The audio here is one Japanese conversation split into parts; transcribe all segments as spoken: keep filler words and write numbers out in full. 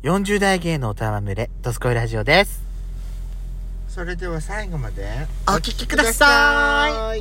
よんじゅう代芸能たわむれドスコイラジオです。 それでは最後までお聞きください。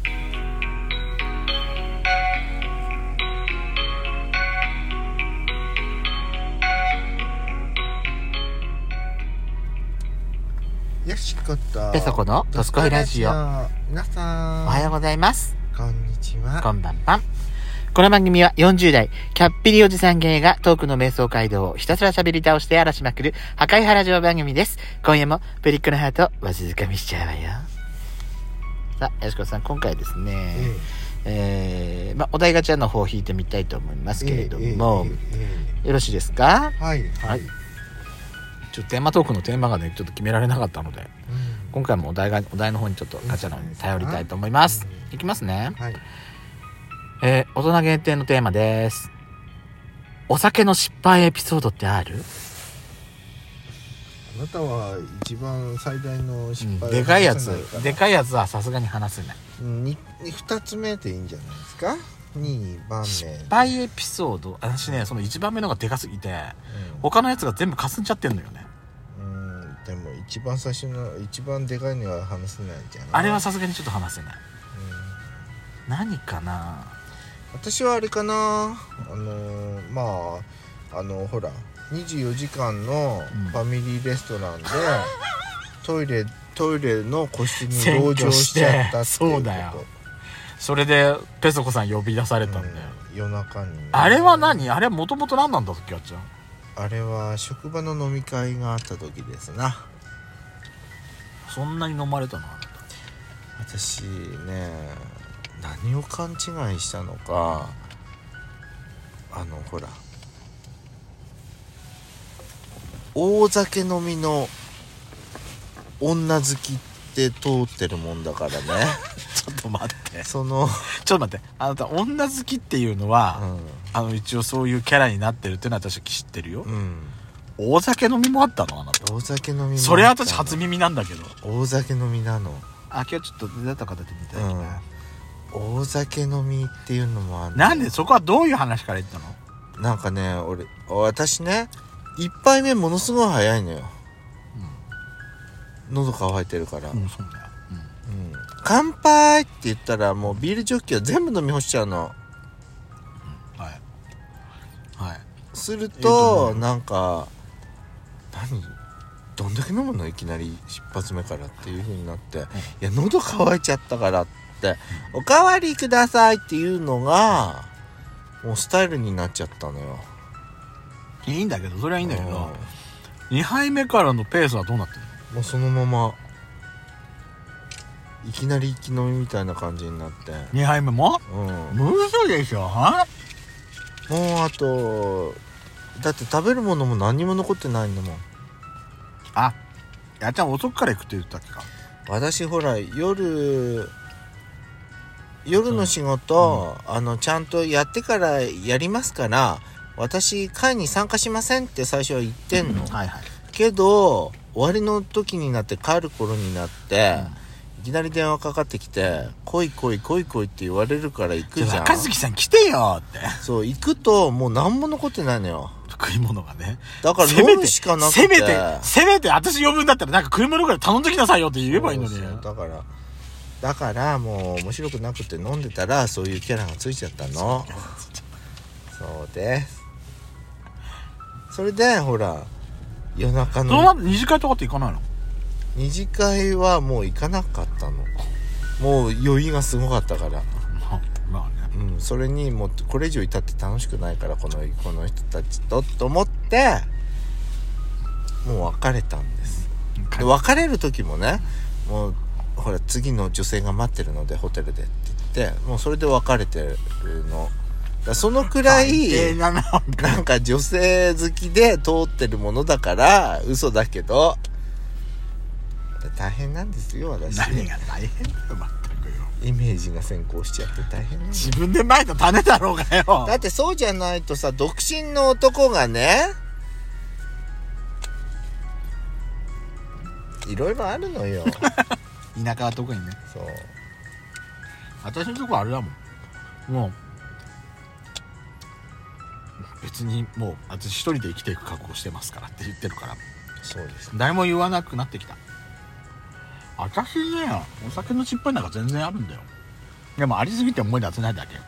よしことペソコのドスコイラジオ。 皆さんおはようございます。 こんにちは。 こんばんは。この番組はよんじゅう代キャッピリおじさん芸がトークの瞑想街道をひたすら喋り倒して荒らしまくる破壊派ラジオ番組です。今夜もプリックのハートわしづかみしちゃうわよ。さあ、よしこさん、今回ですね、えーえーまあ、お題ガチャの方を引いてみたいと思いますけれども、えーえーえー、よろしいですか？ はいはい、 ちょっとテーマトークのテーマがねちょっと決められなかったので、うん、今回もお題がお題の方にちょっとガチャの方に頼りたいと思います。うん、いきますね。はい、えー、大人限定のテーマです。お酒の失敗エピソードってある？ あなたは一番最大の失敗を、 うん、でかいやつでかいやつはさすがに話せない。 にふたつめでいいんじゃないですか。にばんめ失敗エピソード、私ねそのいちばんめのがでかすぎて、うん、他のやつが全部かすんじゃってんのよね。 うん、でも一番最初の一番でかいのは話せないじゃない。 あれはさすがにちょっと話せない。うん、何かな。 私はあれかな、あのー、まああのほらにじゅうよじかんのファミリーレストランで、うん、トイレトイレの個室に籠城しちゃったっていうこと。そうだよ。 それでペソコさん呼び出されたんだよ、 うん、夜中に、ね、 あれは何？あれはもともと何なんだっけ？あっちゃん、 あれは職場の飲み会があった時ですな。 そんなに飲まれたの？ 私ね何を勘違いしたのか、あのほら大酒飲みの女好きって通ってるもんだからねちょっと待ってそのちょっと待って、あなた女好きっていうのは、うん、あの一応そういうキャラになってるっていうのは私は知ってるよ、うん、大酒飲みもあったの？あなた大酒飲みもあったの？ それ私初耳なんだけど。 大酒飲みなの。あ、 今日ちょっと出だった方で見たいな、 うん、大酒飲みっていうのもある。 なんでそこはどういう話から言ったの？ なんかね俺私ね一杯目ものすごい早いのよ、うん、喉乾いてるから、うん、そうだよ、うんうん、乾杯って言ったらもうビールジョッキを全部飲み干しちゃうの、うん、はいはいすると、えー、なんか何どんだけ飲むのいきなり一発目からっていう風になって、うん、いや喉乾いちゃったからって、うん、おかわりくださいっていうのがもうスタイルになっちゃったのよ。 いいんだけど、それはいいんだけど、にはいめからのペースはどうなってるの？ もうそのままいきなり一気飲みみたいな感じになって。 にはいめも？うん。嘘でしょ？は？ もうあとだって食べるものも何も残ってないんだもん。 あ、やっちゃん遅くから行くって言ったっけか。 私ほら夜夜の仕事、うん、あのちゃんとやってからやりますから私会に参加しませんって最初は言ってんの、うん、はいはい、けど終わりの時になって帰る頃になって、うん、いきなり電話かかってきて来い来い来い来いって言われるから行くじゃん。 赤月さん来てよって。 そう行くともう何も残ってないのよ、 食い物がね。 だから飲むしかなくて、 せめてせめて私呼ぶんだったらなんか食い物ぐらい頼んできなさいよって言えばいいのに。そうそう、 だからだからもう面白くなくて飲んでたらそういうキャラがついちゃったの。そうです。それでほら夜中のそのまま二次会とかって行かないの？ 二次会はもう行かなかったの。もう酔いがすごかったから。まあ、まあね。うん、それにもうこれ以上いたって楽しくないからこのこの人たちとと思ってもう別れたんです。で別れる時もね、もうほら次の女性が待ってるのでホテルでって言ってもうそれで別れてるの。だそのくらいなんか女性好きで通ってるものだから嘘だけど大変なんですよ私。 何が大変だよ全くよ。 イメージが先行しちゃって大変なんだ。 自分でまいた種だろうがよ。 だってそうじゃないとさ独身の男がねいろいろあるのよ田舎は特にね。そう私のとこあれだもん、もう別にもう私一人で生きていく覚悟してますからって言ってるから、 そうです。 誰も言わなくなってきた。私ね、お酒の失敗なんか全然あるんだよ。でもありすぎて思い出せないだけ。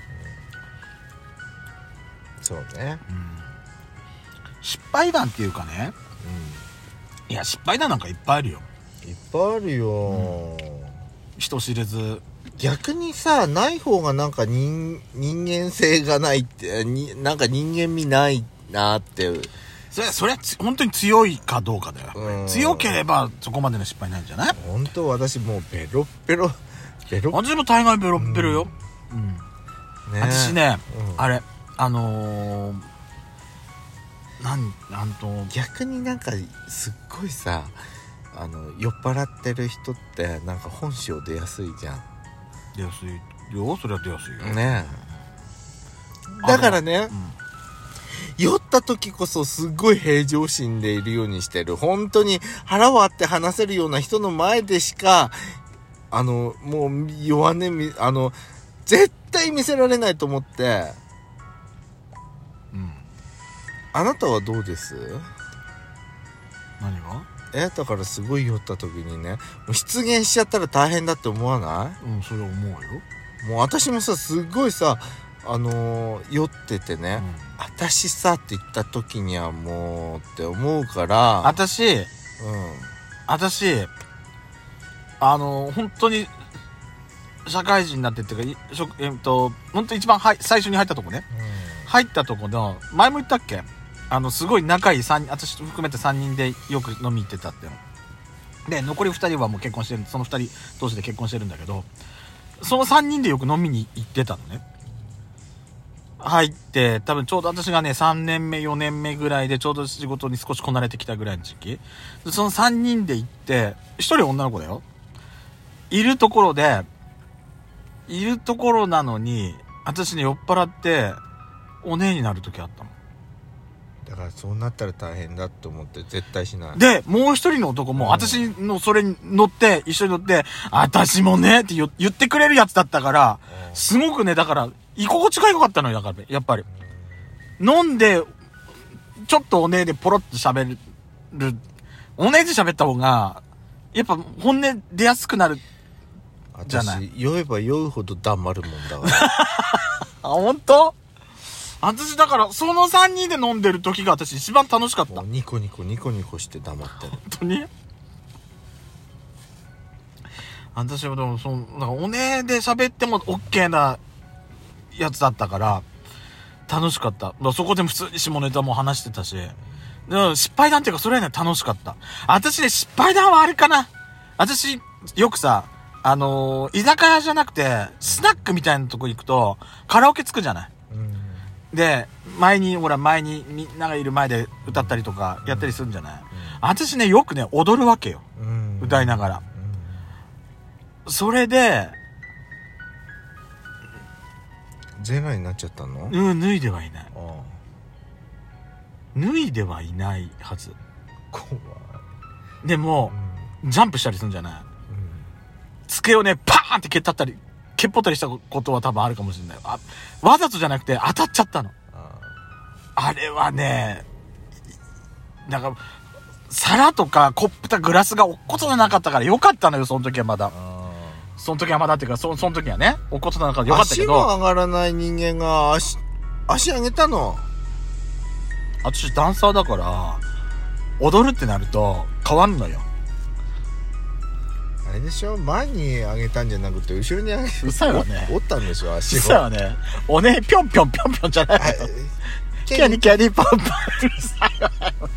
そうね、 うん、失敗談っていうかね、うん、いや失敗談なんかいっぱいあるよ。 いっぱいあるよ、うん、 人知れず。 逆にさ、ない方がなんか 人, 人間性がないってに、なんか人間味ないなって。 それそれは本当に強いかどうかだよ、うん、強ければそこまでの失敗ないんじゃない？ 本当私もうベロッベロベロ私も大概ベロッベロよ、うんうんね、私ね、うん、あれあのー、なんなんと逆になんかすっごいさ、あの酔っ払ってる人ってなんか本性出やすいじゃん。 出やすいよ、それは出やすいよね。だからね、うん、酔った時こそすっごい平常心でいるようにしてる。本当に腹割って話せるような人の前でしか、あのもう弱音あの絶対見せられないと思って。うん。あなたはどうです？ 何が？ え、だからすごい酔った時にね、もう失言しちゃったら大変だって思わない？ うん、それは思うよ。 もう私もさ、すごいさ、あのー、酔っててね、うん、私さって言った時にはもうって思うから。 私、うん。私、あのー、本当に、社会人になってっていうか、えっと、本当に一番は最初に入ったとこね。うん、入ったとこの、前も言ったっけ？あの、すごい仲いいさんにん、私含めてさんにんでよく飲み行ってたっていうの。で、残りふたりはもう結婚してる、そのふたり同士で結婚してるんだけど、そのさんにんでよく飲みに行ってたのね。入って、多分ちょうど私がね、さんねんめ、よねんめぐらいでちょうど仕事に少しこなれてきたぐらいの時期。そのさんにんで行って、ひとり女の子だよ。いるところで、いるところなのに、私ね、酔っ払って、お姉になる時あったの。 だからそうなったら大変だと思って絶対しない。 で、もう一人の男も、私のそれに乗って、一緒に乗って、私もねって言ってくれるやつだったから、すごくね、だから、居心地が良かったのよ、だから、やっぱり。飲んで、ちょっとお姉でポロッと喋る、お姉で喋った方が、やっぱ本音出やすくなる、じゃない。 私、酔えば酔うほど黙るもんだから。 あ、本当？私だからそのさんにんで飲んでる時が私一番楽しかった。 ニコニコニコニコして黙ってる。 本当に？私はでもそのなんかおねで喋っても OK なやつだったから楽しかった。そこでも普通に下ネタも話してたし、失敗談っていうかそれはね楽しかった。私ね失敗談はあれかな。私よくさあのー、居酒屋じゃなくてスナックみたいなとこ行くとカラオケつくじゃない。で、前に、ほら、前にみんながいる前で歌ったりとかやったりするんじゃない、うん、私ね、よくね、踊るわけよ。うん、歌いながら、うん。それで、 ゼロになっちゃったの？ うん、脱いではいない。ああ、脱いではいないはず。 怖い。 でも、うん、ジャンプしたりするんじゃない、うん、机をね、パーンって蹴ったったり、蹴っぽったりしたことは多分あるかもしれない。あ、わざとじゃなくて当たっちゃったの。あ, あれはね、なんか、皿とかコップとかグラスが落っことがなかったからよかったのよ、その時はまだ。その時はまだっていうか、そ, その時はね、落っことなかったからよかったけど。 足も上がらない人間が足、足上げたの。 私ダンサーだから、踊るってなると変わんのよ。 あれでしょ、前に上げたんじゃなくて後ろに上げてうさいわね折ったんでしょ、足を。 うさいわね。おねぴょんぴょんぴょんぴょんじゃないの。キャニキャニポンポン。うさいわよ。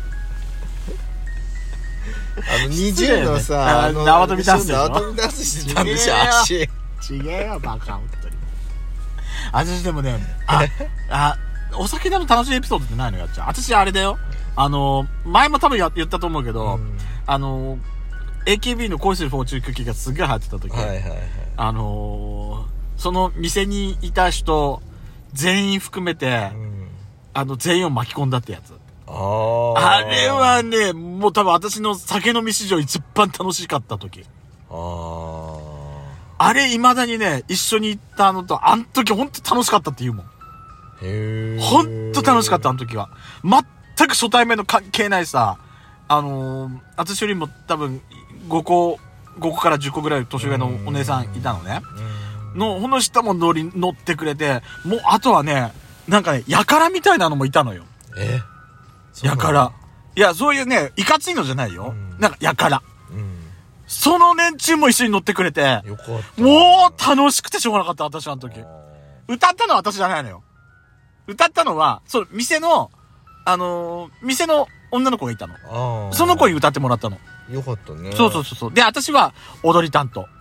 あのにじゅうのさ、 あの縄跳びダンスでしょ。 縄跳びダンスしてたんでしょ、足。 ちげえよバカ、本当に。私でもね、ああお酒でも楽しいエピソードってないのやっちゃう。私あれだよ、あの前も多分や言ったと思うけど、うん、あのエーケービー の恋するフォーチュンクッキーがすげえ流行ってた時、はいはいはい、あのー、その店にいた人全員含めて、うん、あの全員を巻き込んだってやつ。あ, あれはね、もう多分私の酒飲み史上一番楽しかった時。ああれ未だにね、一緒に行ったのとあの時ほんと楽しかったって言うもん。 へー。 ほんと楽しかった、あの時は。全く初対面の関係ないさ、あのー、私よりも多分ごこ、ごこからじゅっこぐらい年上のお姉さんいたのね。の、この人も乗り、乗ってくれて、もうあとはね、なんかね、やからみたいなのもいたのよ。 えやから。いや、そういうね、いかついのじゃないよ。 うん、 なんか、やから。 うん。 その連中も一緒に乗ってくれて、 よかった。 もう楽しくてしょうがなかった、私あの時。歌ったのは私じゃないのよ。歌ったのは、そう、店の、あのー、店の女の子がいたの。その子に歌ってもらったの。 よかったね。 そうそうそう。で、私は踊り担当。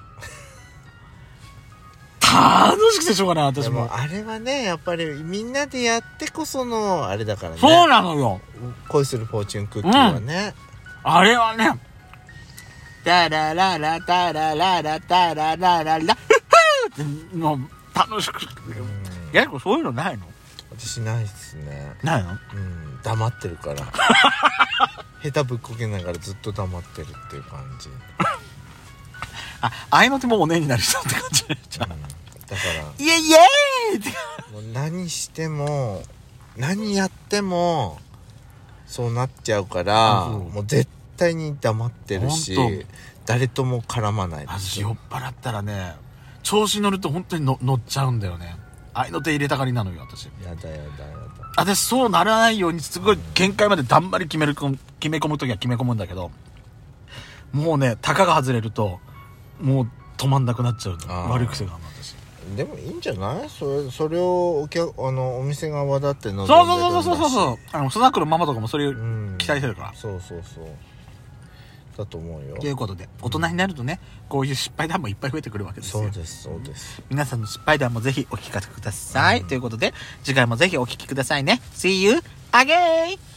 楽しくてしょうがない、私も。 でもあれはね、やっぱりみんなでやってこその、あれだからね。 そうなのよ。 恋するフォーチュンクッキーはね。 うん、あれはね、タラララタラララタララララ、フッフーってもう楽しくて。結構そういうのないの？ 私ないっすね。 ないの？ うん、黙ってるから。下手ぶっこけながらずっと黙ってるっていう感じ。 あ、ああいうのってもうおねえになりそうって感じじゃん。うん、だからイエイイエーイってもう何しても何やってもそうなっちゃうから、もう絶対に黙ってるし、誰とも絡まないです。 私酔っ払ったらね、調子乗ると本当にの乗っちゃうんだよね。ああいうの手入れたがりなのよ、私。 やだやだやだ。 私そうならないようにすごい限界までだんまり決める決め込むときは決め込むんだけど、もうね、タカが外れるともう止まんなくなっちゃうの。悪い癖があるの、私。 でもいいんじゃない？それ、それをお客、あの、お店側だって望んでるんだし。そうそうそうそうそう。あの、スナックのママとかもそれを期待してるから。 うん、そうそうそう。だと思うよ。 ということで、大人になるとね、こういう失敗談もいっぱい増えてくるわけですよ。 そうです、そうです。 皆さんの失敗談もぜひお聞かせください。うん、ということで、次回もぜひお聞きくださいね。See you again!